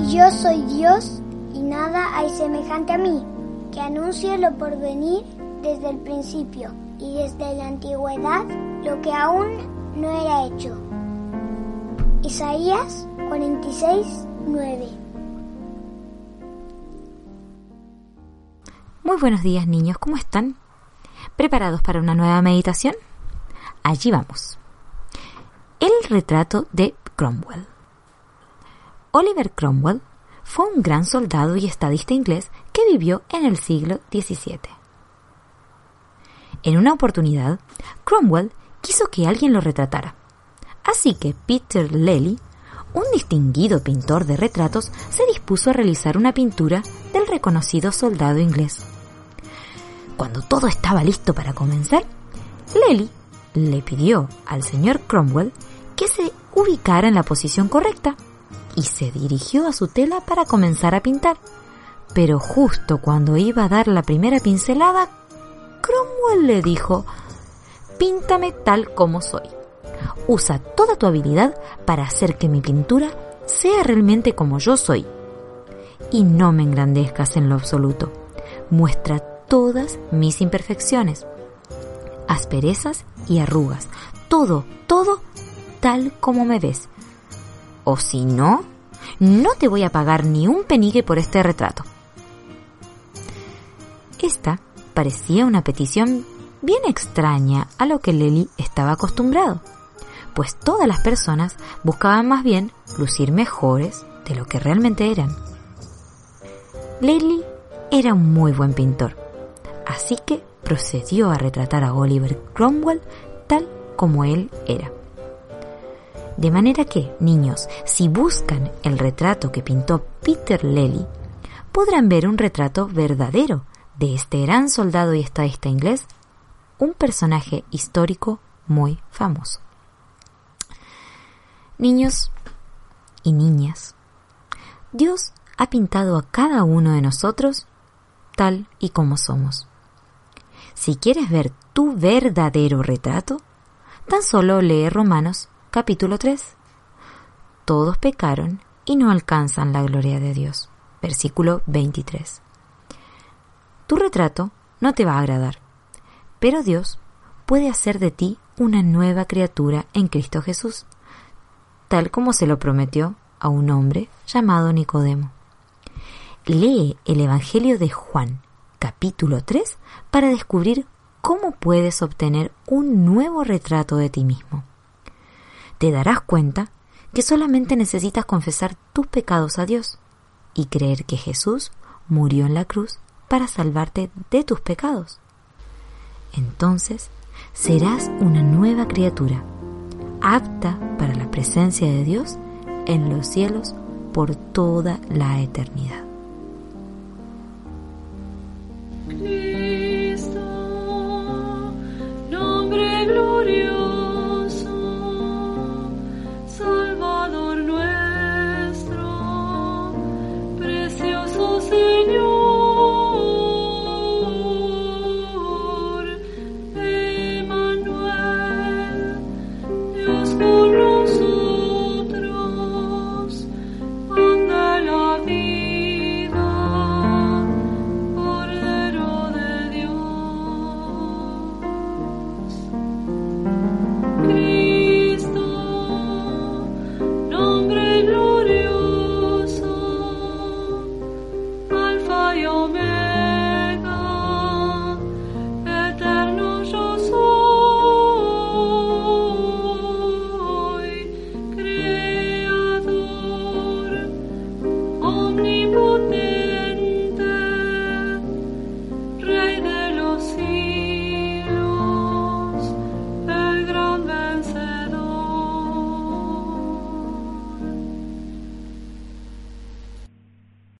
Yo soy Dios y nada hay semejante a mí, que anuncio lo por venir desde el principio y desde la antigüedad lo que aún no era hecho. Isaías 46:9. Muy buenos días, niños, ¿cómo están? ¿Preparados para una nueva meditación? Allí vamos. El retrato de Cromwell. Oliver Cromwell fue un gran soldado y estadista inglés que vivió en el siglo XVII. En una oportunidad, Cromwell quiso que alguien lo retratara. Así que Peter Lely, un distinguido pintor de retratos, se dispuso a realizar una pintura del reconocido soldado inglés. Cuando todo estaba listo para comenzar, Lely le pidió al señor Cromwell que se ubicara en la posición correcta y se dirigió a su tela para comenzar a pintar. Pero justo cuando iba a dar la primera pincelada, Cromwell le dijo: «Píntame tal como soy. Usa toda tu habilidad para hacer que mi pintura sea realmente como yo soy. Y no me engrandezcas en lo absoluto. Muestra todas mis imperfecciones, asperezas y arrugas. Todo tal como me ves. O si no, no te voy a pagar ni un penique por este retrato». Esta parecía una petición bien extraña a lo que Lely estaba acostumbrado, pues todas las personas buscaban más bien lucir mejores de lo que realmente eran. Lely era un muy buen pintor, así que procedió a retratar a Oliver Cromwell tal como él era. De manera que, niños, si buscan el retrato que pintó Peter Lely, podrán ver un retrato verdadero de este gran soldado y estadista inglés, un personaje histórico muy famoso. Niños y niñas, Dios ha pintado a cada uno de nosotros tal y como somos. Si quieres ver tu verdadero retrato, tan solo lee Romanos capítulo 3. Todos pecaron y no alcanzan la gloria de Dios. Versículo 23. Tu retrato no te va a agradar, pero Dios puede hacer de ti una nueva criatura en Cristo Jesús, tal como se lo prometió a un hombre llamado Nicodemo. Lee el Evangelio de Juan, capítulo 3, para descubrir cómo puedes obtener un nuevo retrato de ti mismo. Te darás cuenta que solamente necesitas confesar tus pecados a Dios y creer que Jesús murió en la cruz para salvarte de tus pecados. Entonces serás una nueva criatura, apta para la presencia de Dios en los cielos por toda la eternidad.